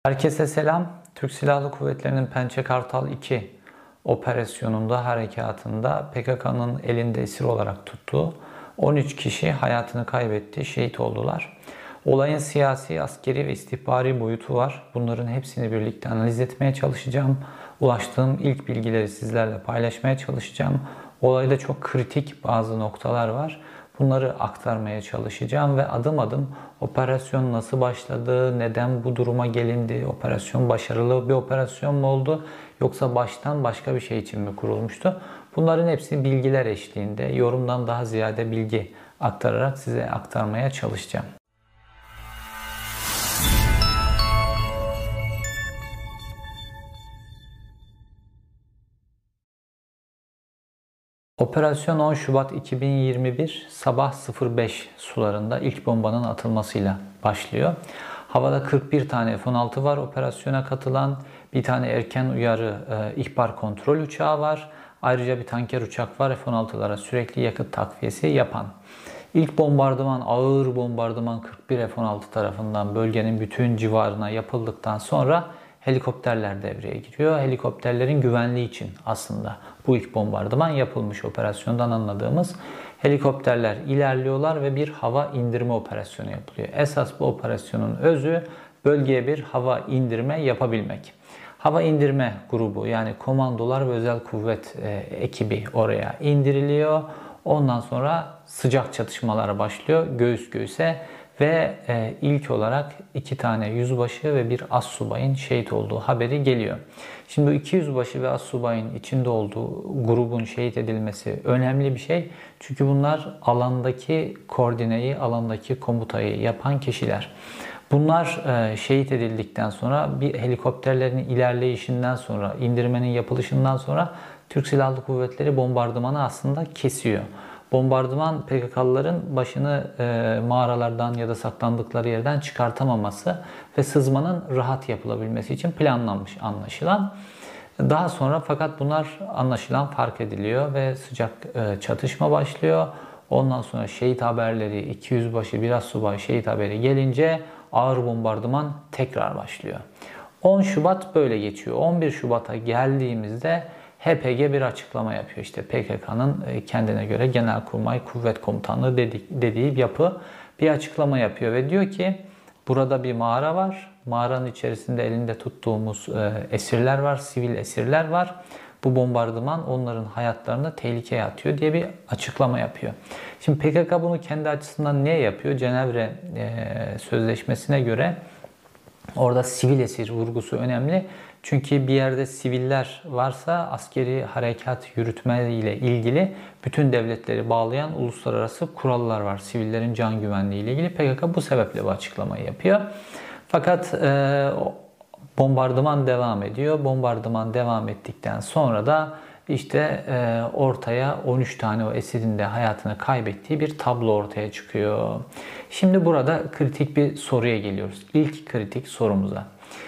Herkese selam. Türk Silahlı Kuvvetleri'nin Pençe Kartal 2 operasyonunda, harekatında PKK'nın elinde esir olarak tuttuğu 13 kişi hayatını kaybetti, şehit oldular. Olayın siyasi, askeri ve istihbari boyutu var. Bunların hepsini birlikte analiz etmeye çalışacağım. Ulaştığım ilk bilgileri sizlerle paylaşmaya çalışacağım. Olayda çok kritik bazı noktalar var. Bunları aktarmaya çalışacağım ve adım adım operasyon nasıl başladı, neden bu duruma gelindi, operasyon başarılı bir operasyon mu oldu yoksa baştan başka bir şey için mi kurulmuştu? Bunların hepsini bilgiler eşliğinde, yorumdan daha ziyade bilgi aktararak size aktarmaya çalışacağım. Operasyon 10 Şubat 2021 sabah 05 sularında ilk bombanın atılmasıyla başlıyor. Havada 41 tane F-16 var operasyona katılan. Bir tane erken uyarı ihbar kontrol uçağı var. Ayrıca bir tanker uçak var F-16'lara sürekli yakıt takviyesi yapan. İlk bombardıman, ağır bombardıman 41 F-16 tarafından bölgenin bütün civarına yapıldıktan sonra helikopterler devreye giriyor. Helikopterlerin güvenliği için aslında bu ilk bombardıman yapılmış, operasyondan anladığımız. Helikopterler ilerliyorlar ve bir hava indirme operasyonu yapılıyor. Esas bu operasyonun özü bölgeye bir hava indirme yapabilmek. Hava indirme grubu, yani komandolar ve özel kuvvet ekibi oraya indiriliyor. Ondan sonra sıcak çatışmalar başlıyor göğüs göğüse ve ilk olarak 2 tane yüzbaşı ve bir astsubayın şehit olduğu haberi geliyor. Şimdi bu 2 yüzbaşı ve astsubayın içinde olduğu grubun şehit edilmesi önemli bir şey. Çünkü bunlar alandaki koordineyi, alandaki komutayı yapan kişiler. Bunlar şehit edildikten sonra bir helikopterlerin ilerleyişinden sonra, indirmenin yapılışından sonra Türk Silahlı Kuvvetleri bombardımanı aslında kesiyor. Bombardıman PKK'lıların başını mağaralardan ya da saklandıkları yerden çıkartamaması ve sızmanın rahat yapılabilmesi için planlanmış anlaşılan. Daha sonra fakat bunlar anlaşılan fark ediliyor ve sıcak çatışma başlıyor. Ondan sonra şehit haberleri, 200 başı bir astsubay şehit haberi gelince ağır bombardıman tekrar başlıyor. 10 Şubat böyle geçiyor. 11 Şubat'a geldiğimizde HPG bir açıklama yapıyor. İşte PKK'nın kendine göre Genelkurmay Kuvvet Komutanlığı dediği yapı bir açıklama yapıyor ve diyor ki burada bir mağara var. Mağaranın içerisinde elinde tuttuğumuz esirler var, sivil esirler var. Bu bombardıman onların hayatlarını tehlikeye atıyor diye bir açıklama yapıyor. Şimdi PKK bunu kendi açısından niye yapıyor? Cenevre Sözleşmesi'ne göre orada sivil esir vurgusu önemli. Çünkü bir yerde siviller varsa askeri harekat yürütme ile ilgili bütün devletleri bağlayan uluslararası kurallar var. Sivillerin can güvenliği ile ilgili PKK bu sebeple bu açıklamayı yapıyor. Fakat bombardıman devam ediyor. Bombardıman devam ettikten sonra da işte ortaya 13 tane o esirin de hayatını kaybettiği bir tablo ortaya çıkıyor. Şimdi burada kritik bir soruya geliyoruz. İlk kritik sorumuza.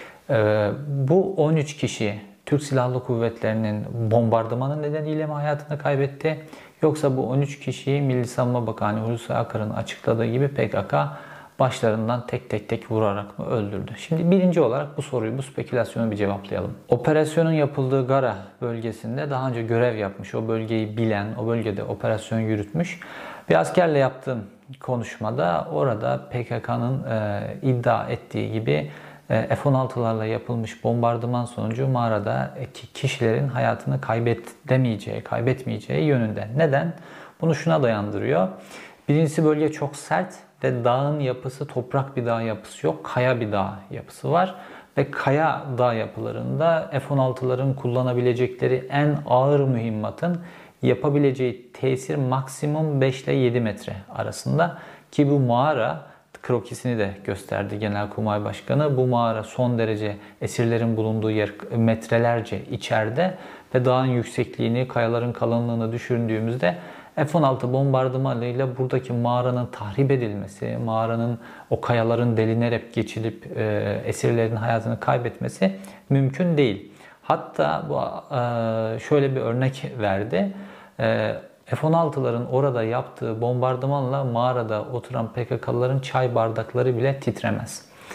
Bu 13 kişi Türk Silahlı Kuvvetleri'nin bombardımanı nedeniyle mi hayatını kaybetti? Yoksa bu 13 kişiyi Milli Savunma Bakanı Hulusi Akar'ın açıkladığı gibi PKK başlarından tek tek vurarak mı öldürdü? Şimdi birinci olarak bu soruyu, bu spekülasyonu bir cevaplayalım. Operasyonun yapıldığı Gara bölgesinde daha önce görev yapmış, o bölgeyi bilen, o bölgede operasyon yürütmüş bir askerle yaptığım konuşmada orada PKK'nın iddia ettiği gibi F-16'larla yapılmış bombardıman sonucu mağaradaki kişilerin hayatını kaybetmeyeceği yönünde. Neden? Bunu şuna dayandırıyor. Birincisi bölge çok sert ve dağın yapısı toprak bir dağ yapısı yok. Kaya bir dağ yapısı var. Ve kaya dağ yapılarında F-16'ların kullanabilecekleri en ağır mühimmatın yapabileceği tesir maksimum 5 ile 7 metre arasında. Ki bu mağara krokisini de gösterdi Genelkurmay Başkanı. Bu mağara son derece esirlerin bulunduğu yer metrelerce içeride ve dağın yüksekliğini, kayaların kalınlığını düşündüğümüzde F-16 bombardımanıyla buradaki mağaranın tahrip edilmesi, mağaranın o kayaların delinerek geçilip esirlerin hayatını kaybetmesi mümkün değil. Hatta bu şöyle bir örnek verdi. F-16'ların orada yaptığı bombardımanla mağarada oturan PKK'lıların çay bardakları bile titremez.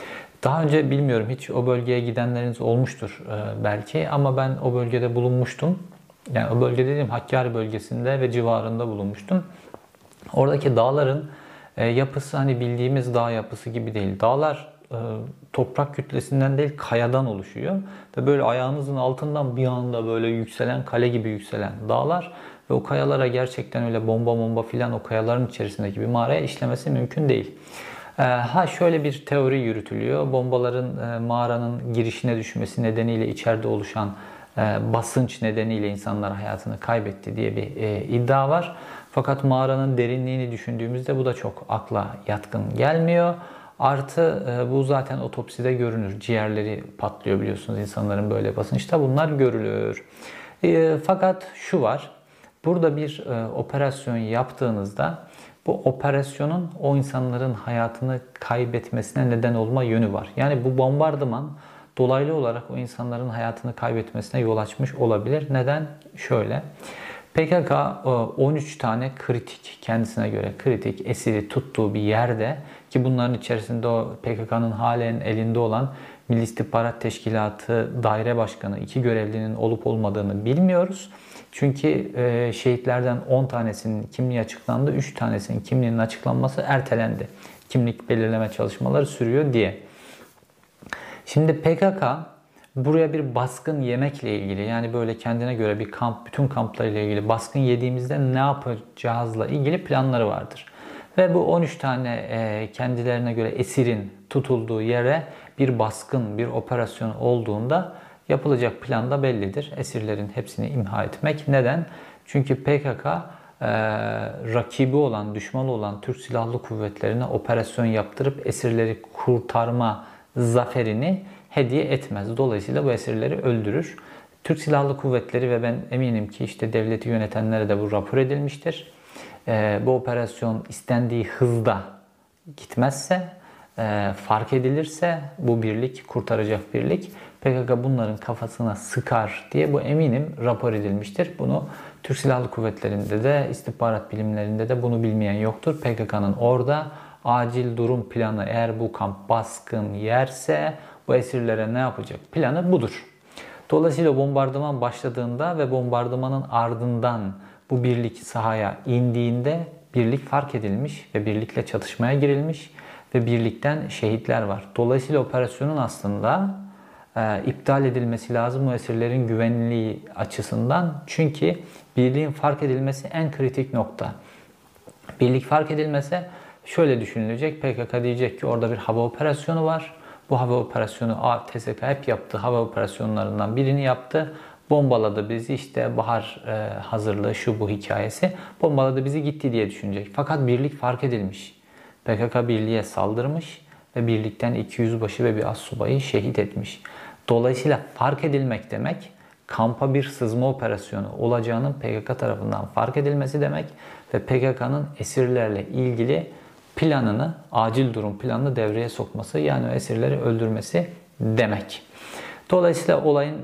Daha önce bilmiyorum, hiç o bölgeye gidenleriniz olmuştur belki, ama ben o bölgede bulunmuştum. Yani o bölge dediğim Hakkari bölgesinde ve civarında bulunmuştum. Oradaki dağların yapısı hani bildiğimiz dağ yapısı gibi değil. Dağlar toprak kütlesinden değil, kayadan oluşuyor. Ve böyle ayağınızın altından bir anda böyle yükselen, kale gibi yükselen dağlar. Ve o kayalara gerçekten öyle bomba filan o kayaların içerisindeki bir mağaraya işlemesi mümkün değil. Şöyle bir teori yürütülüyor. Bombaların mağaranın girişine düşmesi nedeniyle içeride oluşan basınç nedeniyle insanlar hayatını kaybetti diye bir iddia var. Fakat mağaranın derinliğini düşündüğümüzde bu da çok akla yatkın gelmiyor. Artı bu zaten otopside görünür. Ciğerleri patlıyor biliyorsunuz insanların böyle basınçta. Bunlar görülür. Fakat şu var. Burada bir operasyon yaptığınızda bu operasyonun o insanların hayatını kaybetmesine neden olma yönü var. Yani bu bombardıman dolaylı olarak o insanların hayatını kaybetmesine yol açmış olabilir. Neden? Şöyle. PKK 13 tane kritik, kendisine göre kritik esiri tuttuğu bir yerde, ki bunların içerisinde o PKK'nın halen elinde olan Milli İstihbarat Teşkilatı Daire Başkanı 2 görevlinin olup olmadığını bilmiyoruz. Çünkü şehitlerden 10 tanesinin kimliği açıklandı, 3 tanesinin kimliğinin açıklanması ertelendi. Kimlik belirleme çalışmaları sürüyor diye. Şimdi PKK buraya bir baskın yemekle ilgili, yani böyle kendine göre bir kamp, bütün kamplarıyla ilgili baskın yediğimizde ne yapacağızla ilgili planları vardır. Ve bu 13 tane kendilerine göre esirin tutulduğu yere bir baskın, bir operasyon olduğunda yapılacak plan da bellidir. Esirlerin hepsini imha etmek. Neden? Çünkü PKK rakibi olan, düşmanı olan Türk Silahlı Kuvvetleri'ne operasyon yaptırıp esirleri kurtarma zaferini hediye etmez. Dolayısıyla bu esirleri öldürür. Türk Silahlı Kuvvetleri ve ben eminim ki işte devleti yönetenlere de bu rapor edilmiştir. Bu operasyon istendiği hızda gitmezse, fark edilirse bu birlik, kurtaracak birlik, PKK bunların kafasına sıkar diye bu eminim rapor edilmiştir. Bunu Türk Silahlı Kuvvetleri'nde de, istihbarat bilimlerinde de bunu bilmeyen yoktur. PKK'nın orada acil durum planı, eğer bu kamp baskın yerse bu esirlere ne yapacak planı budur. Dolayısıyla bombardıman başladığında ve bombardımanın ardından bu birlik sahaya indiğinde birlik fark edilmiş ve birlikle çatışmaya girilmiş ve birlikten şehitler var. Dolayısıyla operasyonun aslında iptal edilmesi lazım o esirlerin güvenliği açısından. Çünkü birliğin fark edilmesi en kritik nokta. Birlik fark edilmese şöyle düşünülecek. PKK diyecek ki orada bir hava operasyonu var. Bu hava operasyonu TSK hep yaptı. Hava operasyonlarından birini yaptı. Bombaladı bizi, işte bahar hazırlığı şu bu hikayesi. Bombaladı bizi, gitti diye düşünecek. Fakat birlik fark edilmiş. PKK birliğe saldırmış ve birlikten 2 yüzbaşı ve bir astsubayı şehit etmiş. Dolayısıyla fark edilmek demek, kampa bir sızma operasyonu olacağının PKK tarafından fark edilmesi demek ve PKK'nın esirlerle ilgili planını, acil durum planını devreye sokması, yani o esirleri öldürmesi demek. Dolayısıyla olayın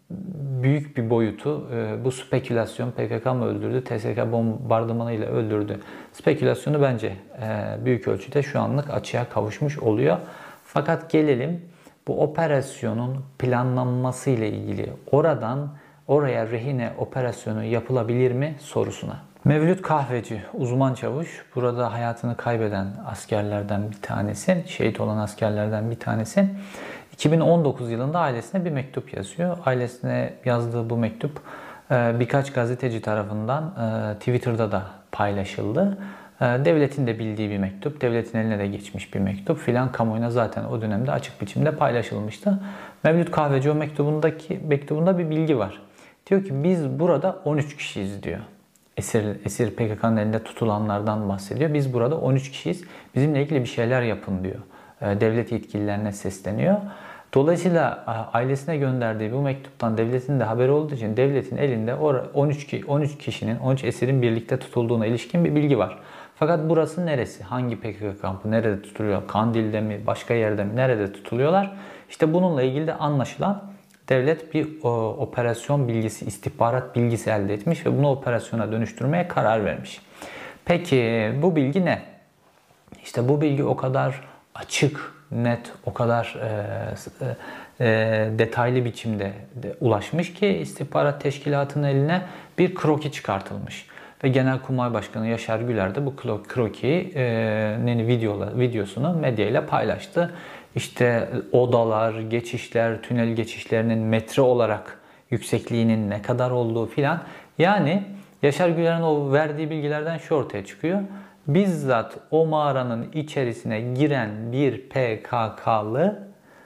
büyük bir boyutu bu spekülasyon, PKK mı öldürdü, TSK bombardımanıyla öldürdü spekülasyonu bence büyük ölçüde şu anlık açığa kavuşmuş oluyor. Fakat gelelim bu operasyonun planlanması ile ilgili, oradan oraya rehine operasyonu yapılabilir mi sorusuna. Mevlüt Kahveci, uzman çavuş, burada hayatını kaybeden askerlerden bir tanesi, şehit olan askerlerden bir tanesi. 2019 yılında ailesine bir mektup yazıyor. Ailesine yazdığı bu mektup birkaç gazeteci tarafından Twitter'da da paylaşıldı. Devletin de bildiği bir mektup, devletin eline de geçmiş bir mektup filan, kamuoyuna zaten o dönemde açık biçimde paylaşılmıştı. Mevlüt Kahveci o mektubunda bir bilgi var. Diyor ki biz burada 13 kişiyiz diyor. Esir PKK'nın elinde tutulanlardan bahsediyor. Biz burada 13 kişiyiz. Bizimle ilgili bir şeyler yapın diyor. Devlet yetkililerine sesleniyor. Dolayısıyla ailesine gönderdiği bu mektuptan devletin de haberi olduğu için devletin elinde 13 kişinin, 13 esirin birlikte tutulduğuna ilişkin bir bilgi var. Fakat burası neresi? Hangi PKK kampı? Nerede tutuluyor? Kandil'de mi? Başka yerde mi? Nerede tutuluyorlar? İşte bununla ilgili de anlaşılan devlet bir operasyon bilgisi, istihbarat bilgisi elde etmiş ve bunu operasyona dönüştürmeye karar vermiş. Peki bu bilgi ne? İşte bu bilgi o kadar açık net, o kadar detaylı biçimde ulaşmış ki istihbarat teşkilatının eline bir kroki çıkartılmış. Ve Genelkurmay Başkanı Yaşar Güler de bu krokinin videosunu medyayla paylaştı. İşte odalar, geçişler, tünel geçişlerinin metre olarak yüksekliğinin ne kadar olduğu filan. Yani Yaşar Güler'in o verdiği bilgilerden şu ortaya çıkıyor. Bizzat o mağaranın içerisine giren bir PKK'lı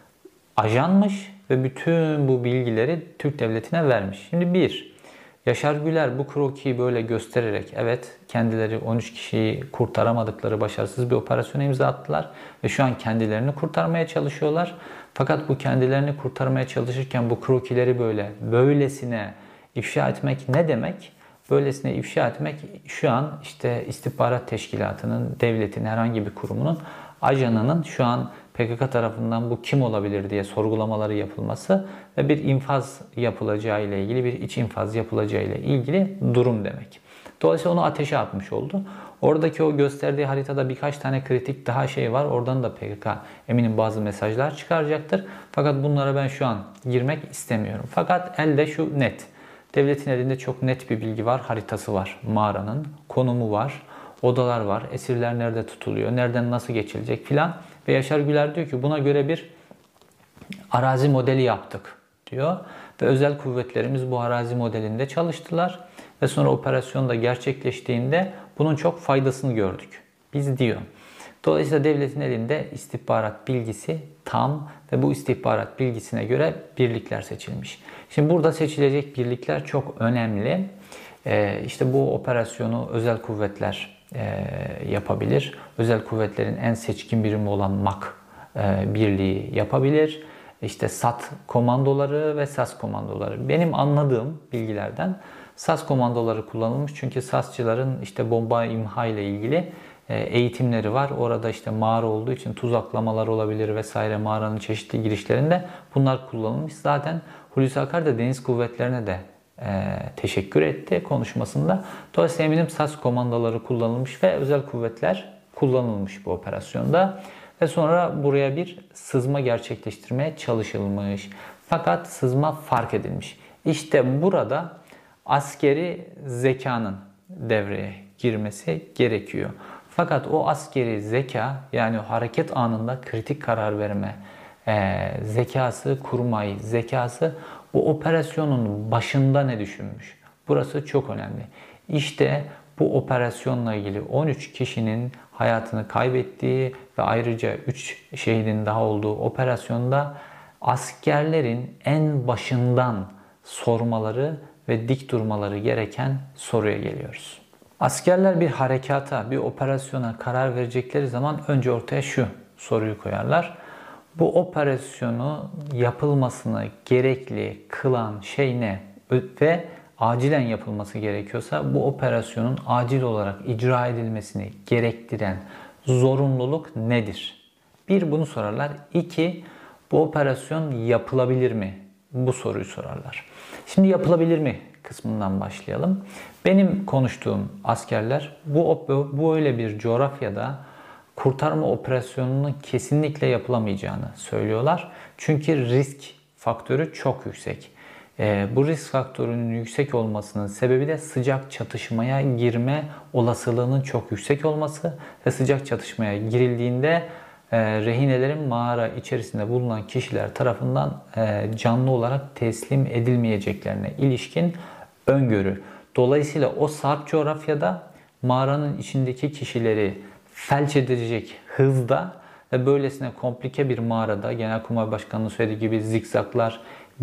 ajanmış ve bütün bu bilgileri Türk Devleti'ne vermiş. Şimdi Yaşar Güler bu krokiyi böyle göstererek, evet, kendileri 13 kişiyi kurtaramadıkları başarısız bir operasyona imza attılar ve şu an kendilerini kurtarmaya çalışıyorlar. Fakat bu kendilerini kurtarmaya çalışırken bu krokileri böylesine ifşa etmek ne demek? Böylesine ifşa etmek şu an işte istihbarat teşkilatının, devletin, herhangi bir kurumunun ajanının şu an PKK tarafından bu kim olabilir diye sorgulamaları yapılması ve bir infaz yapılacağı ile ilgili, bir iç infaz yapılacağı ile ilgili durum demek. Dolayısıyla onu ateşe atmış oldu. Oradaki o gösterdiği haritada birkaç tane kritik daha şey var. Oradan da PKK eminim bazı mesajlar çıkaracaktır. Fakat bunlara ben şu an girmek istemiyorum. Fakat elde şu net. Devletin elinde çok net bir bilgi var, haritası var. Mağaranın konumu var, odalar var, esirler nerede tutuluyor, nereden nasıl geçilecek filan. Ve Yaşar Güler diyor ki buna göre bir arazi modeli yaptık diyor. Ve özel kuvvetlerimiz bu arazi modelinde çalıştılar. Ve sonra operasyon da gerçekleştiğinde bunun çok faydasını gördük. Biz diyor. Dolayısıyla devletin elinde istihbarat bilgisi tam ve bu istihbarat bilgisine göre birlikler seçilmiş. Şimdi burada seçilecek birlikler çok önemli. İşte bu operasyonu özel kuvvetler yapabilir. Özel kuvvetlerin en seçkin birimi olan MAK birliği yapabilir. İşte SAT komandoları ve SAS komandoları. Benim anladığım bilgilerden SAS komandoları kullanılmış. Çünkü SASçıların işte bomba imha ile ilgili eğitimleri var. Orada işte mağara olduğu için tuzaklamalar olabilir vesaire, mağaranın çeşitli girişlerinde bunlar kullanılmış. Zaten Hulusi Akar da deniz kuvvetlerine de teşekkür etti konuşmasında. Dolayısıyla eminim SAS komandoları kullanılmış ve özel kuvvetler kullanılmış bu operasyonda. Ve sonra buraya bir sızma gerçekleştirmeye çalışılmış. Fakat sızma fark edilmiş. İşte burada askeri zekanın devreye girmesi gerekiyor. Fakat o askeri zeka, yani hareket anında kritik karar verme zekası, kurmay zekası, bu operasyonun başında ne düşünmüş? Burası çok önemli. İşte bu operasyonla ilgili 13 kişinin hayatını kaybettiği ve ayrıca 3 şehidin daha olduğu operasyonda askerlerin en başından sormaları ve dik durmaları gereken soruya geliyoruz. Askerler bir harekata, bir operasyona karar verecekleri zaman önce ortaya şu soruyu koyarlar. Bu operasyonu yapılmasını gerekli kılan şey ne? Ve acilen yapılması gerekiyorsa bu operasyonun acil olarak icra edilmesini gerektiren zorunluluk nedir? Bir, bunu sorarlar. İki, bu operasyon yapılabilir mi? Bu soruyu sorarlar. Şimdi yapılabilir mi kısmından başlayalım. Benim konuştuğum askerler bu öyle bir coğrafyada kurtarma operasyonunun kesinlikle yapılamayacağını söylüyorlar. Çünkü risk faktörü çok yüksek. Bu risk faktörünün yüksek olmasının sebebi de sıcak çatışmaya girme olasılığının çok yüksek olması ve sıcak çatışmaya girildiğinde rehinelerin mağara içerisinde bulunan kişiler tarafından canlı olarak teslim edilmeyeceklerine ilişkin öngörü. Dolayısıyla o sarp coğrafyada mağaranın içindeki kişileri felç edecek hızda ve böylesine komplike bir mağarada, Genelkurmay Başkanı'nın söylediği gibi zikzaklar,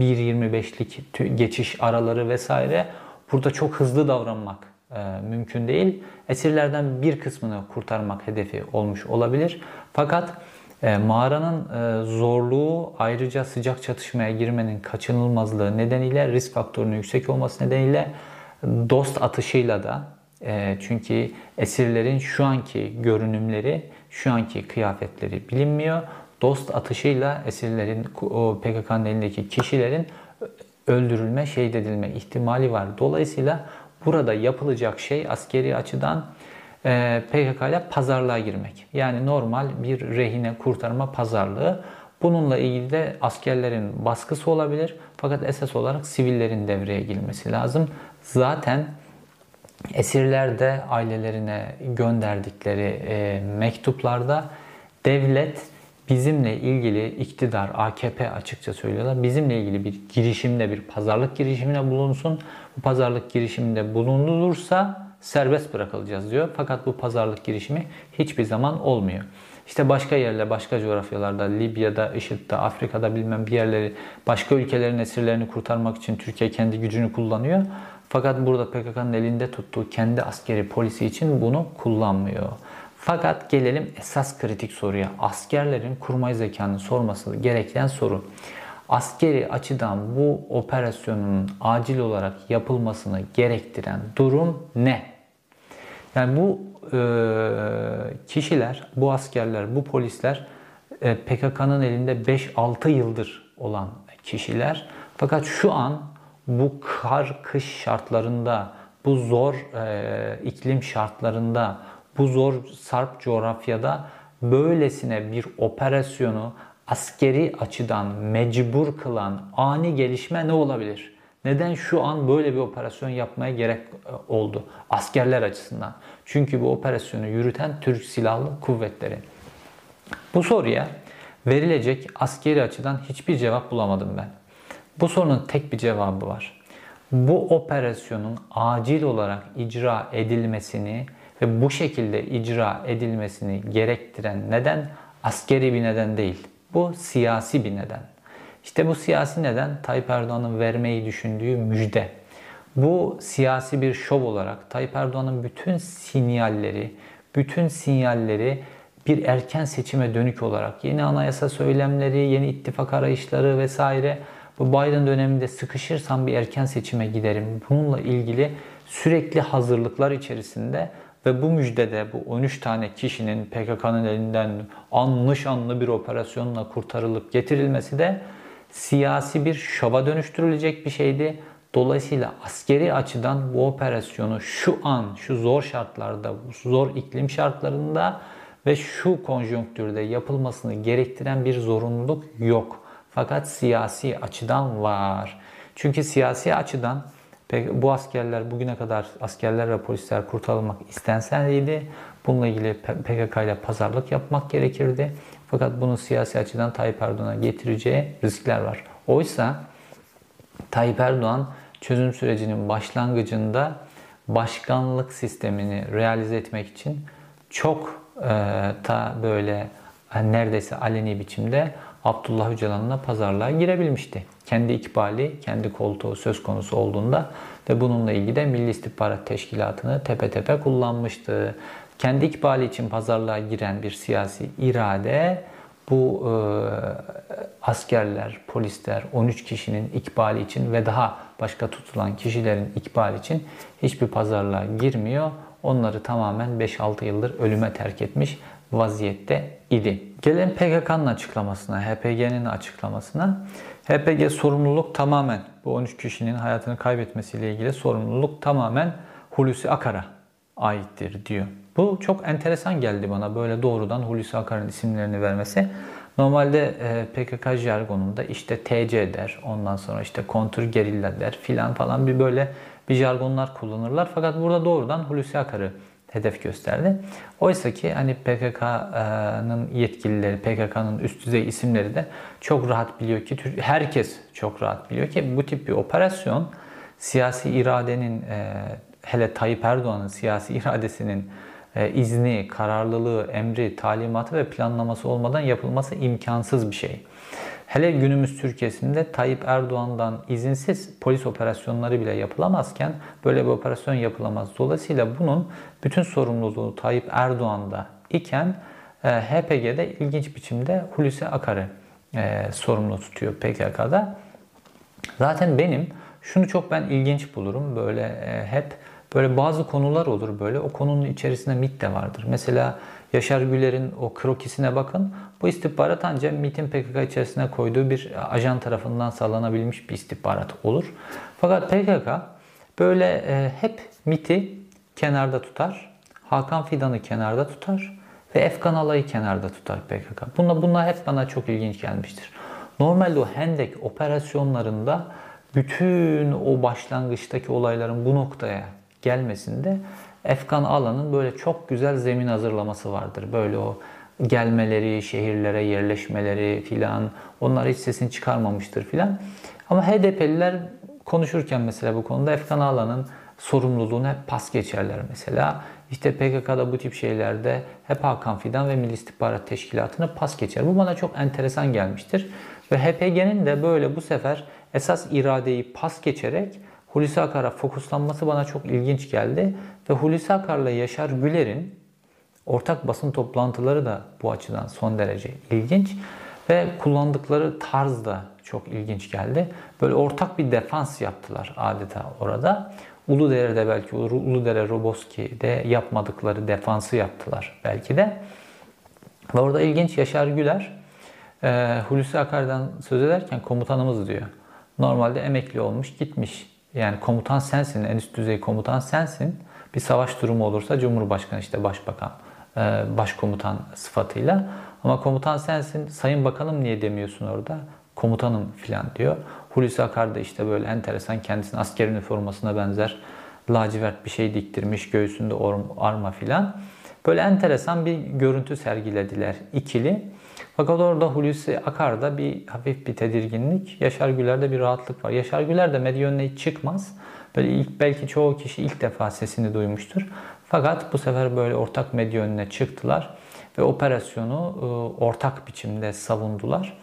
1.25'lik geçiş araları vesaire, burada çok hızlı davranmak mümkün değil. Esirlerden bir kısmını kurtarmak hedefi olmuş olabilir. Fakat mağaranın zorluğu, ayrıca sıcak çatışmaya girmenin kaçınılmazlığı nedeniyle, risk faktörünün yüksek olması nedeniyle dost atışıyla da, çünkü esirlerin şu anki görünümleri, şu anki kıyafetleri bilinmiyor. Dost atışıyla esirlerin, o PKK'nın elindeki kişilerin öldürülme, şehit edilme ihtimali var. Dolayısıyla burada yapılacak şey askeri açıdan PKK ile pazarlığa girmek. Yani normal bir rehine kurtarma pazarlığı. Bununla ilgili de askerlerin baskısı olabilir. Fakat esas olarak sivillerin devreye girmesi lazım. Zaten esirler de ailelerine gönderdikleri mektuplarda devlet bizimle ilgili, iktidar, AKP açıkça söylüyorlar, bizimle ilgili bir girişimde, bir pazarlık girişimine bulunsun. Bu pazarlık girişiminde bulunulursa serbest bırakılacağız diyor. Fakat bu pazarlık girişimi hiçbir zaman olmuyor. İşte başka yerler, başka coğrafyalarda, Libya'da, IŞİD'de, Afrika'da bilmem bir yerleri, başka ülkelerin esirlerini kurtarmak için Türkiye kendi gücünü kullanıyor. Fakat burada PKK'nın elinde tuttuğu kendi askeri polisi için bunu kullanmıyor. Fakat gelelim esas kritik soruya. Askerlerin kurmay zekanın sorması gereken soru. Askeri açıdan bu operasyonun acil olarak yapılmasını gerektiren durum ne? Yani bu kişiler, bu askerler, bu polisler PKK'nın elinde 5-6 yıldır olan kişiler. Fakat şu an bu kar, kış şartlarında, bu zor iklim şartlarında, bu zor sarp coğrafyada böylesine bir operasyonu askeri açıdan mecbur kılan ani gelişme ne olabilir? Neden şu an böyle bir operasyon yapmaya gerek oldu askerler açısından? Çünkü bu operasyonu yürüten Türk Silahlı Kuvvetleri. Bu soruya verilecek askeri açıdan hiçbir cevap bulamadım ben. Bu sorunun tek bir cevabı var. Bu operasyonun acil olarak icra edilmesini ve bu şekilde icra edilmesini gerektiren neden askeri bir neden değil. Bu siyasi bir neden. İşte bu siyasi neden Tayyip Erdoğan'ın vermeyi düşündüğü müjde. Bu siyasi bir şov olarak Tayyip Erdoğan'ın bütün sinyalleri bir erken seçime dönük olarak yeni anayasa söylemleri, yeni ittifak arayışları vesaire, bu Biden döneminde sıkışırsam bir erken seçime giderim. Bununla ilgili sürekli hazırlıklar içerisinde ve bu müjdede bu 13 tane kişinin PKK'nın elinden anlı şanlı bir operasyonla kurtarılıp getirilmesi de siyasi bir şova dönüştürülecek bir şeydi. Dolayısıyla askeri açıdan bu operasyonu şu an, şu zor şartlarda, bu zor iklim şartlarında ve şu konjonktürde yapılmasını gerektiren bir zorunluluk yok. Fakat siyasi açıdan var. Çünkü siyasi açıdan bu askerler, bugüne kadar askerler ve polisler kurtarılmak istenseydi bununla ilgili PKK ile pazarlık yapmak gerekirdi. Fakat bunu siyasi açıdan Tayyip Erdoğan'a getireceği riskler var. Oysa Tayyip Erdoğan çözüm sürecinin başlangıcında başkanlık sistemini realize etmek için çok böyle neredeyse aleni biçimde Abdullah Öcalan'la pazarlığa girebilmişti. Kendi ikbali, kendi koltuğu söz konusu olduğunda ve bununla ilgili de Milli İstihbarat Teşkilatı'nı tepe tepe kullanmıştı. Kendi ikbali için pazarlığa giren bir siyasi irade bu askerler, polisler, 13 kişinin ikbali için ve daha başka tutulan kişilerin ikbali için hiçbir pazarlığa girmiyor. Onları tamamen 5-6 yıldır ölüme terk etmiş vaziyette idi. Gelelim PKK'nın açıklamasına, HPG'nin açıklamasına. HPG sorumluluk tamamen bu 13 kişinin hayatını kaybetmesiyle ilgili sorumluluk tamamen Hulusi Akar'a aittir diyor. Bu çok enteresan geldi bana, böyle doğrudan Hulusi Akar'ın isimlerini vermesi. Normalde PKK jargonunda işte TC der, ondan sonra işte kontrgerilla der filan falan bir böyle bir jargonlar kullanırlar. Fakat burada doğrudan Hulusi Akar'ı hedef gösterdi. Oysa ki hani PKK'nın yetkilileri, PKK'nın üst düzey isimleri de çok rahat biliyor ki, herkes çok rahat biliyor ki bu tip bir operasyon siyasi iradenin, hele Tayyip Erdoğan'ın siyasi iradesinin izni, kararlılığı, emri, talimatı ve planlaması olmadan yapılması imkansız bir şey. Hele günümüz Türkiye'sinde Tayyip Erdoğan'dan izinsiz polis operasyonları bile yapılamazken böyle bir operasyon yapılamaz. Dolayısıyla bunun bütün sorumluluğu Tayyip Erdoğan'da iken HPG'de ilginç biçimde Hulusi Akar'ı sorumlu tutuyor PKK'da. Zaten benim şunu çok ilginç bulurum, böyle hep böyle bazı konular olur, böyle o konunun içerisinde MİT de vardır. Mesela Yaşar Güler'in o krokisine bakın. Bu istihbarat ancak MİT'in PKK içerisine koyduğu bir ajan tarafından sağlanabilmiş bir istihbarat olur. Fakat PKK böyle hep MİT'i kenarda tutar. Hakan Fidan'ı kenarda tutar ve Efkan Alay'ı kenarda tutar PKK. Bunlar hep bana çok ilginç gelmiştir. Normalde o Hendek operasyonlarında bütün o başlangıçtaki olayların bu noktaya gelmesinde Efkan Alan'ın böyle çok güzel zemin hazırlaması vardır. Böyle o gelmeleri, şehirlere yerleşmeleri filan, onlar hiç sesini çıkarmamıştır filan. Ama HDP'liler konuşurken mesela bu konuda Efkan Alan'ın sorumluluğunu hep pas geçerler mesela. İşte PKK'da bu tip şeylerde hep Hakan Fidan ve Milli İstihbarat Teşkilatı'nı pas geçer. Bu bana çok enteresan gelmiştir. Ve HPG'nin de böyle bu sefer esas iradeyi pas geçerek Hulusi Akar'a fokuslanması bana çok ilginç geldi. Ve Hulusi Akar'la Yaşar Güler'in ortak basın toplantıları da bu açıdan son derece ilginç. Ve kullandıkları tarz da çok ilginç geldi. Böyle ortak bir defans yaptılar adeta orada. Uludere'de belki Uludere Roboski'de yapmadıkları defansı yaptılar belki de. Ve orada ilginç Yaşar Güler Hulusi Akar'dan söz ederken komutanımız diyor. Normalde emekli olmuş gitmiş. Yani komutan sensin, en üst düzey komutan sensin. Bir savaş durumu olursa Cumhurbaşkanı işte başbakan, başkomutan sıfatıyla. Ama komutan sensin, sayın bakanım niye demiyorsun orada? Komutanım filan diyor. Hulusi Akar da işte böyle enteresan kendisinin asker üniformasına benzer lacivert bir şey diktirmiş, göğsünde arma filan. Böyle enteresan bir görüntü sergilediler ikili. Fakat orada Hulusi Akar'da bir hafif bir tedirginlik, Yaşar Güler'de bir rahatlık var. Yaşar Güler de medya önüne hiç çıkmaz. Böyle belki çoğu kişi ilk defa sesini duymuştur. Fakat bu sefer böyle ortak medya önüne çıktılar ve operasyonu ortak biçimde savundular.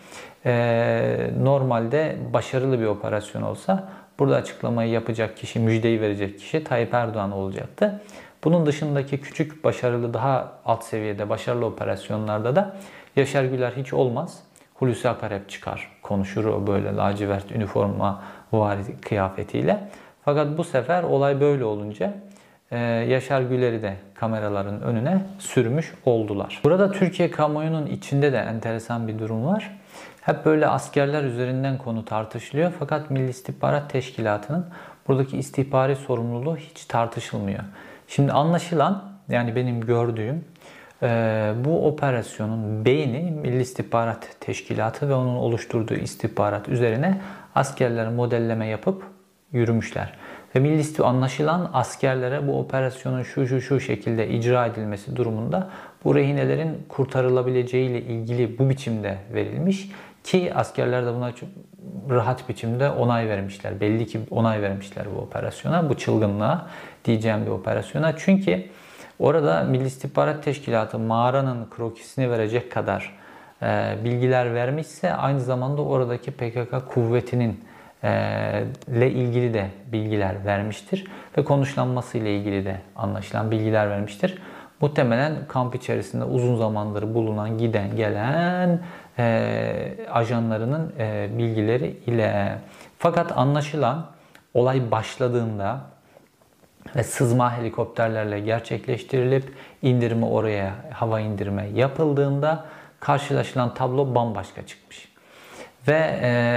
Normalde başarılı bir operasyon olsa burada açıklamayı yapacak kişi, müjdeyi verecek kişi Tayyip Erdoğan olacaktı. Bunun dışındaki küçük başarılı, daha alt seviyede başarılı operasyonlarda da Yaşar Güler hiç olmaz. Hulusi Akar hep çıkar, konuşur o böyle lacivert üniforma vari kıyafetiyle. Fakat bu sefer olay böyle olunca Yaşar Güler'i de kameraların önüne sürmüş oldular. Burada Türkiye kamuoyunun içinde de enteresan bir durum var. Hep böyle askerler üzerinden konu tartışılıyor. Fakat Milli İstihbarat Teşkilatı'nın buradaki istihbari sorumluluğu hiç tartışılmıyor. Şimdi anlaşılan, yani benim gördüğüm, bu operasyonun beyni Milli İstihbarat Teşkilatı ve onun oluşturduğu istihbarat üzerine askerler modelleme yapıp yürümüşler. Ve anlaşılan askerlere bu operasyonun şu şekilde icra edilmesi durumunda bu rehinelerin kurtarılabileceği ile ilgili bu biçimde verilmiş ki askerler de buna rahat biçimde onay vermişler. Belli ki onay vermişler bu operasyona, bu çılgınlığa diyeceğim bir operasyona. Çünkü orada Milli İstihbarat Teşkilatı mağaranın krokisini verecek kadar bilgiler vermişse aynı zamanda oradaki PKK kuvvetinin ile ilgili de bilgiler vermiştir ve konuşlanması ile ilgili de anlaşılan bilgiler vermiştir. Muhtemelen kamp içerisinde uzun zamandır bulunan, giden, gelen ajanlarının bilgileri ile. Fakat anlaşılan olay başladığında ve sızma helikopterlerle gerçekleştirilip indirme oraya hava indirme yapıldığında karşılaşılan tablo bambaşka çıkmış. Ve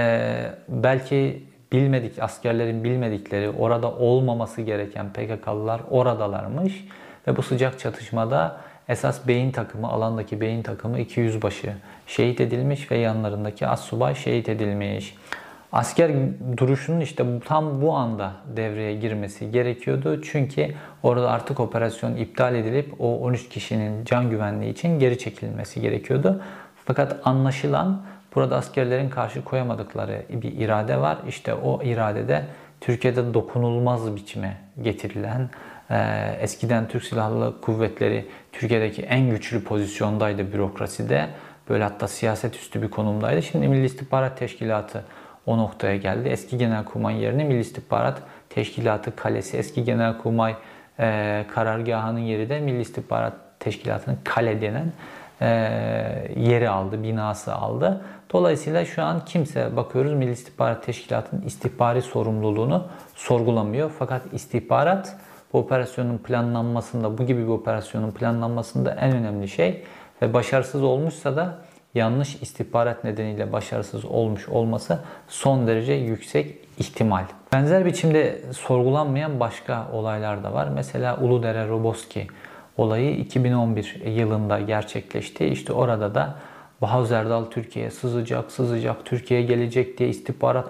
belki askerlerin bilmedikleri, orada olmaması gereken PKK'lılar oradalarmış. Ve bu sıcak çatışmada esas alandaki beyin takımı 200 başı şehit edilmiş ve yanlarındaki astsubay şehit edilmiş. Asker duruşunun işte tam bu anda devreye girmesi gerekiyordu. Çünkü orada artık operasyon iptal edilip o 13 kişinin can güvenliği için geri çekilmesi gerekiyordu. Fakat anlaşılan burada askerlerin karşı koyamadıkları bir irade var. İşte o iradede Türkiye'de dokunulmaz biçime getirilen, eskiden Türk Silahlı Kuvvetleri Türkiye'deki en güçlü pozisyondaydı bürokraside. Böyle hatta siyaset üstü bir konumdaydı. Şimdi Milli İstihbarat Teşkilatı o noktaya geldi. Eski Genelkurmay yerine Milli İstihbarat Teşkilatı Kalesi, eski Genelkurmay karargahının yeri de Milli İstihbarat Teşkilatı'nın kale denen yeri aldı, binası aldı. Dolayısıyla şu an bakıyoruz Milli İstihbarat Teşkilatı'nın istihbari sorumluluğunu sorgulamıyor. Fakat istihbarat bu operasyonun planlanmasında, bu gibi bir operasyonun planlanmasında en önemli şey ve başarısız olmuşsa da yanlış istihbarat nedeniyle başarısız olmuş olması son derece yüksek ihtimal. Benzer biçimde sorgulanmayan başka olaylar da var. Mesela Uludere Roboski olayı 2011 yılında gerçekleşti. İşte orada da Bahuz Erdal Türkiye'ye sızacak, Türkiye'ye gelecek diye istihbarat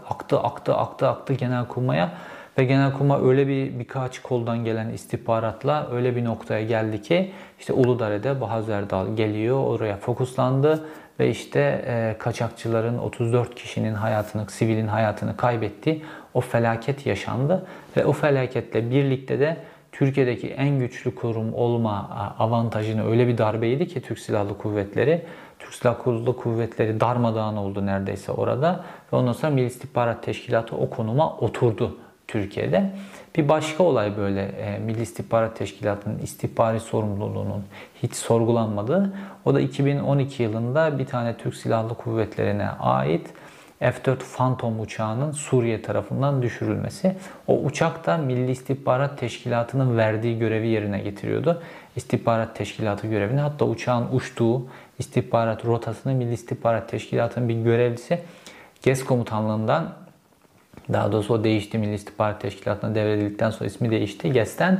aktı Genelkurmay'a. Ve Genelkurmay öyle birkaç koldan gelen istihbaratla öyle bir noktaya geldi ki işte Uludere'de Bahuz Erdal geliyor, oraya fokuslandı ve işte kaçakçıların 34 kişinin hayatını, sivilin hayatını kaybetti. O felaket yaşandı ve o felaketle birlikte de Türkiye'deki en güçlü kurum olma avantajını öyle bir darbe yedi ki Türk Silahlı Kuvvetleri. Türk Silahlı Kuvvetleri darmadağın oldu neredeyse orada. Ve ondan sonra Milli İstihbarat Teşkilatı o konuma oturdu Türkiye'de. Bir başka olay böyle Milli İstihbarat Teşkilatı'nın istihbari sorumluluğunun hiç sorgulanmadığı. O da 2012 yılında bir tane Türk Silahlı Kuvvetleri'ne ait F-4 Phantom uçağının Suriye tarafından düşürülmesi. O uçak da Milli İstihbarat Teşkilatı'nın verdiği görevi yerine getiriyordu. İstihbarat Teşkilatı görevini, hatta uçağın uçtuğu istihbarat rotasını Milli İstihbarat Teşkilatı'nın bir görevlisi GES komutanlığından, daha doğrusu o değişti, Milli İstihbarat Teşkilatı'na devredildikten sonra ismi değişti. GES'ten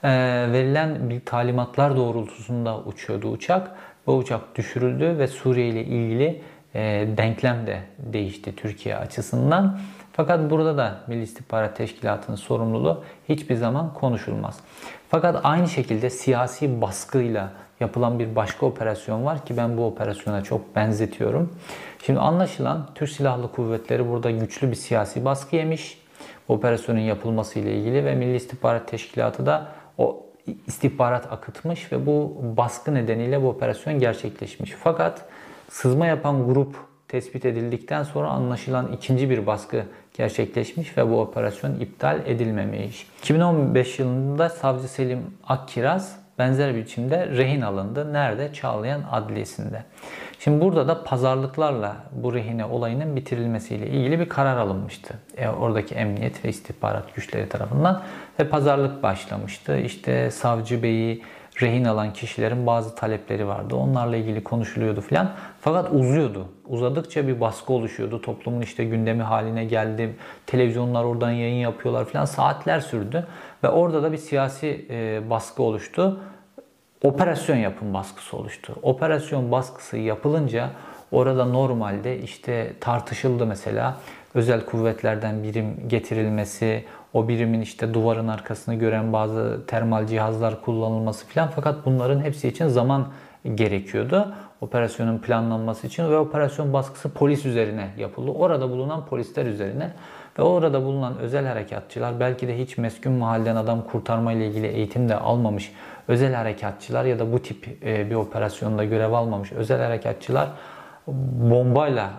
verilen bir talimatlar doğrultusunda uçuyordu uçak. Bu uçak düşürüldü ve Suriye ile ilgili denklem de değişti Türkiye açısından. Fakat burada da Milli İstihbarat Teşkilatı'nın sorumluluğu hiçbir zaman konuşulmaz. Fakat aynı şekilde siyasi baskıyla yapılan bir başka operasyon var ki ben bu operasyona çok benzetiyorum. Şimdi anlaşılan Türk Silahlı Kuvvetleri burada güçlü bir siyasi baskı yemiş. Bu operasyonun yapılması ile ilgili ve Milli İstihbarat Teşkilatı da o istihbarat akıtmış ve bu baskı nedeniyle bu operasyon gerçekleşmiş. Fakat sızma yapan grup tespit edildikten sonra anlaşılan ikinci bir baskı gerçekleşmiş ve bu operasyon iptal edilmemiş. 2015 yılında Savcı Selim Akkiraz benzer bir biçimde rehin alındı. Nerede? Çağlayan Adliyesi'nde. Şimdi burada da pazarlıklarla bu rehine olayının bitirilmesiyle ilgili bir karar alınmıştı. Oradaki emniyet ve istihbarat güçleri tarafından ve pazarlık başlamıştı. İşte savcı beyi rehin alan kişilerin bazı talepleri vardı. Onlarla ilgili konuşuluyordu filan. Fakat uzuyordu. Uzadıkça bir baskı oluşuyordu. Toplumun işte gündemi haline geldi. Televizyonlar oradan yayın yapıyorlar filan. Saatler sürdü. Ve orada da bir siyasi baskı oluştu. Operasyon yapım baskısı oluştu. Operasyon baskısı yapılınca orada normalde işte tartışıldı mesela. Özel kuvvetlerden birim getirilmesi, o birimin işte duvarın arkasını gören bazı termal cihazlar kullanılması filan, fakat bunların hepsi için zaman gerekiyordu. Operasyonun planlanması için ve operasyon baskısı polis üzerine yapıldı. Orada bulunan polisler üzerine ve orada bulunan özel harekatçılar, belki de hiç meskun mahalleden adam kurtarma ile ilgili eğitim de almamış özel harekatçılar ya da bu tip bir operasyonda görev almamış özel harekatçılar bombayla,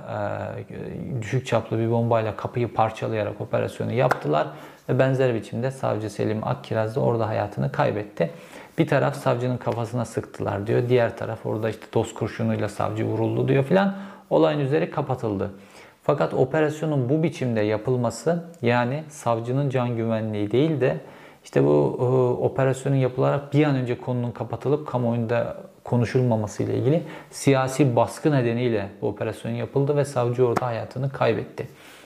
düşük çaplı bir bombayla kapıyı parçalayarak operasyonu yaptılar ve benzer biçimde Savcı Selim Akkiraz da orada hayatını kaybetti. Bir taraf savcının kafasına sıktılar diyor, diğer taraf orada işte dost kurşunuyla savcı vuruldu diyor filan. Olayın üzeri kapatıldı. Fakat operasyonun bu biçimde yapılması, yani savcının can güvenliği değil de işte bu operasyonun yapılarak bir an önce konunun kapatılıp kamuoyunda konuşulmaması ile ilgili siyasi baskı nedeniyle bu operasyon yapıldı ve savcı orada hayatını kaybetti.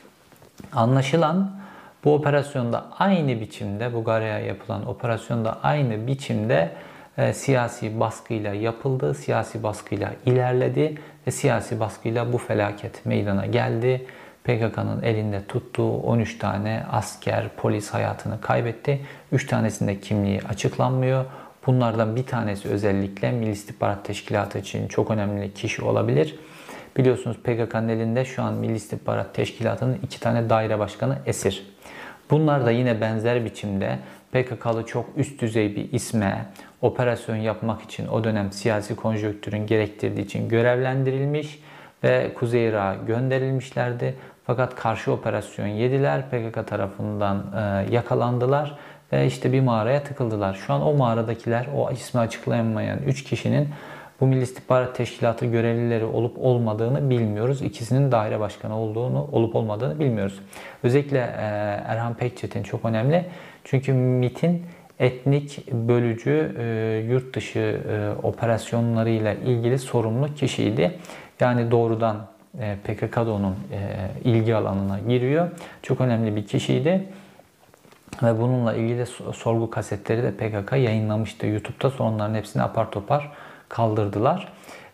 Anlaşılan bu operasyonda aynı biçimde, Bulgarya'ya yapılan operasyonda aynı biçimde siyasi baskıyla yapıldı, siyasi baskıyla ilerledi ve siyasi baskıyla bu felaket meydana geldi. PKK'nın elinde tuttuğu 13 tane asker, polis hayatını kaybetti. 3 tanesinde kimliği açıklanmıyor. Bunlardan bir tanesi özellikle Milli İstihbarat Teşkilatı için çok önemli kişi olabilir. Biliyorsunuz PKK'nın elinde şu an Milli İstihbarat Teşkilatı'nın 2 tane daire başkanı esir. Bunlar da yine benzer biçimde PKK'lı çok üst düzey bir isme operasyon yapmak için o dönem siyasi konjonktürün gerektirdiği için görevlendirilmiş ve Kuzey Irak'a gönderilmişlerdi. Fakat karşı operasyon yediler, PKK tarafından yakalandılar ve işte bir mağaraya tıkıldılar. Şu an o mağaradakiler, o ismi açıklayamayan 3 kişinin bu Milli İstihbarat Teşkilatı görevlileri olup olmadığını bilmiyoruz. İkisinin daire başkanı olduğunu, olup olmadığını bilmiyoruz. Özellikle Erhan Pekçetin çok önemli. Çünkü MİT'in etnik, bölücü, yurt dışı operasyonlarıyla ilgili sorumlu kişiydi. Yani doğrudan PKK da onun ilgi alanına giriyor. Çok önemli bir kişiydi. Ve bununla ilgili sorgu kasetleri de PKK yayınlamıştı YouTube'da. Sonra onların hepsini apar topar kaldırdılar.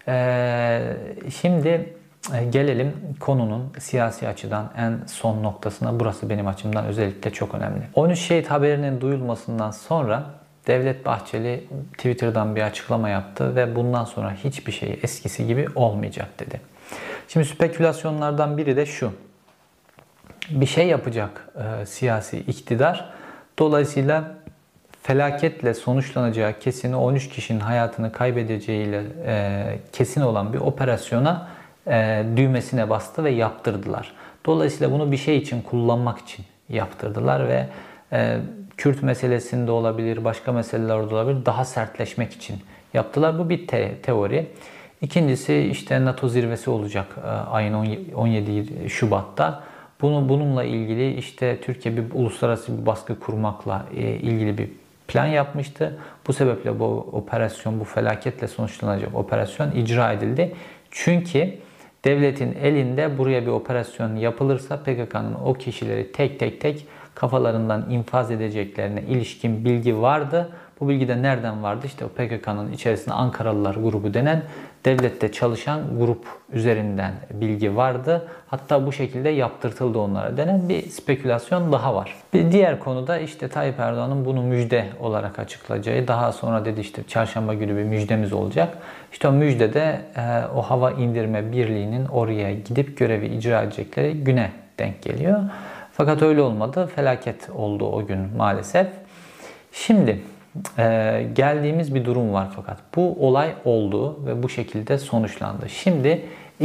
Şimdi gelelim konunun siyasi açıdan en son noktasına. Burası benim açımdan özellikle çok önemli. 13 şehit haberinin duyulmasından sonra Devlet Bahçeli Twitter'dan bir açıklama yaptı ve bundan sonra hiçbir şey eskisi gibi olmayacak dedi. Şimdi spekülasyonlardan biri de şu. Bir şey yapacak siyasi iktidar. Dolayısıyla felaketle sonuçlanacağı kesin, 13 kişinin hayatını kaybedeceğiyle kesin olan bir operasyona düğmesine bastı ve yaptırdılar. Dolayısıyla bunu bir şey için kullanmak için yaptırdılar ve Kürt meselesinde olabilir, başka meselelerde olabilir, daha sertleşmek için yaptılar. Bu bir teori. İkincisi işte NATO zirvesi olacak ayın 17 Şubat'ta. Bununla ilgili işte Türkiye bir uluslararası bir baskı kurmakla ilgili bir plan yapmıştı. Bu sebeple bu operasyon, bu felaketle sonuçlanacak operasyon icra edildi. Çünkü devletin elinde buraya bir operasyon yapılırsa PKK'nın o kişileri tek tek kafalarından infaz edeceklerine ilişkin bilgi vardı. Bu bilgi de nereden vardı? İşte o PKK'nın içerisinde Ankaralılar grubu denen devlette çalışan grup üzerinden bilgi vardı. Hatta bu şekilde yaptırtıldı onlara denen bir spekülasyon daha var. Bir diğer konuda işte Tayyip Erdoğan'ın bunu müjde olarak açıklayacağı, daha sonra dedi işte çarşamba günü bir müjdemiz olacak. İşte o müjdede o hava indirme birliğinin oraya gidip görevi icra edecekleri güne denk geliyor. Fakat öyle olmadı. Felaket oldu o gün maalesef. Şimdi geldiğimiz bir durum var fakat bu olay oldu ve bu şekilde sonuçlandı. Şimdi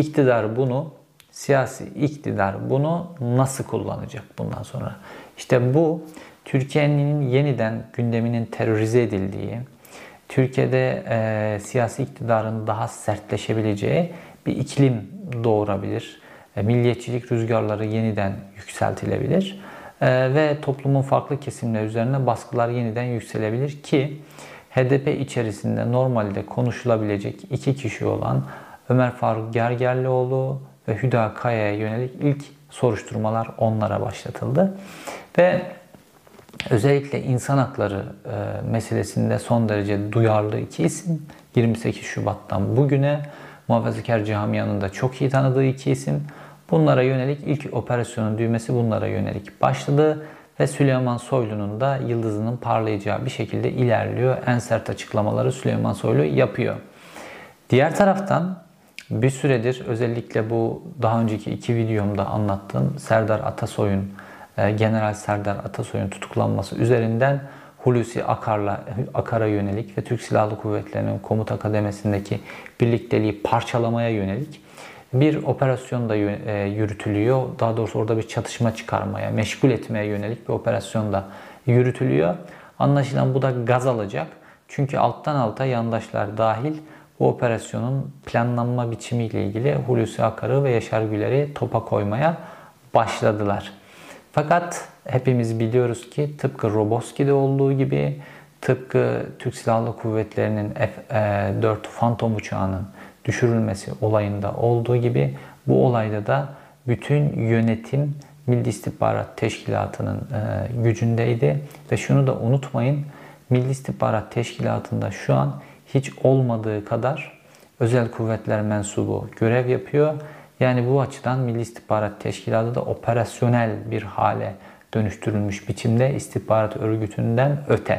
siyasi iktidar bunu nasıl kullanacak bundan sonra? İşte bu Türkiye'nin yeniden gündeminin terörize edildiği, Türkiye'de siyasi iktidarın daha sertleşebileceği bir iklim doğurabilir. Milliyetçilik rüzgarları yeniden yükseltilebilir. Ve toplumun farklı kesimleri üzerine baskılar yeniden yükselebilir ki HDP içerisinde normalde konuşulabilecek iki kişi olan Ömer Faruk Gergerlioğlu ve Hüda Kaya'ya yönelik ilk soruşturmalar onlara başlatıldı. Ve özellikle insan hakları meselesinde son derece duyarlı iki isim 28 Şubat'tan bugüne muhafazakar camianın da çok iyi tanıdığı iki isim. Bunlara yönelik ilk operasyonun düğmesi bunlara yönelik başladı ve Süleyman Soylu'nun da yıldızının parlayacağı bir şekilde ilerliyor. En sert açıklamaları Süleyman Soylu yapıyor. Diğer taraftan bir süredir özellikle bu daha önceki iki videomda anlattığım General Serdar Atasoy'un tutuklanması üzerinden Hulusi Akar'a yönelik ve Türk Silahlı Kuvvetleri'nin komuta kademesindeki birlikteliği parçalamaya yönelik bir operasyon da yürütülüyor. Daha doğrusu orada bir çatışma çıkarmaya, meşgul etmeye yönelik bir operasyon da yürütülüyor. Anlaşılan bu da gaz alacak. Çünkü alttan alta yandaşlar dahil bu operasyonun planlanma biçimiyle ilgili Hulusi Akar'ı ve Yaşar Güler'i topa koymaya başladılar. Fakat hepimiz biliyoruz ki tıpkı Roboski'de olduğu gibi, tıpkı Türk Silahlı Kuvvetleri'nin F-4 Phantom uçağının düşürülmesi olayında olduğu gibi bu olayda da bütün yönetim Milli İstihbarat Teşkilatı'nın gücündeydi. Ve şunu da unutmayın, Milli İstihbarat Teşkilatı'nda şu an hiç olmadığı kadar özel kuvvetler mensubu görev yapıyor. Yani bu açıdan Milli İstihbarat Teşkilatı da operasyonel bir hale dönüştürülmüş biçimde istihbarat örgütünden öte.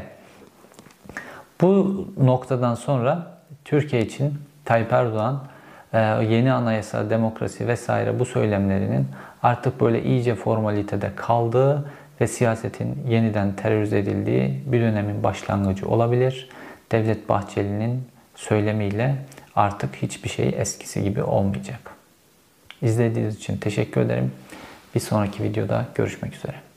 Bu noktadan sonra Türkiye için Tayyip Erdoğan yeni anayasa, demokrasi vesaire bu söylemlerinin artık böyle iyice formalitede kaldığı ve siyasetin yeniden terörize edildiği bir dönemin başlangıcı olabilir. Devlet Bahçeli'nin söylemiyle artık hiçbir şey eskisi gibi olmayacak. İzlediğiniz için teşekkür ederim. Bir sonraki videoda görüşmek üzere.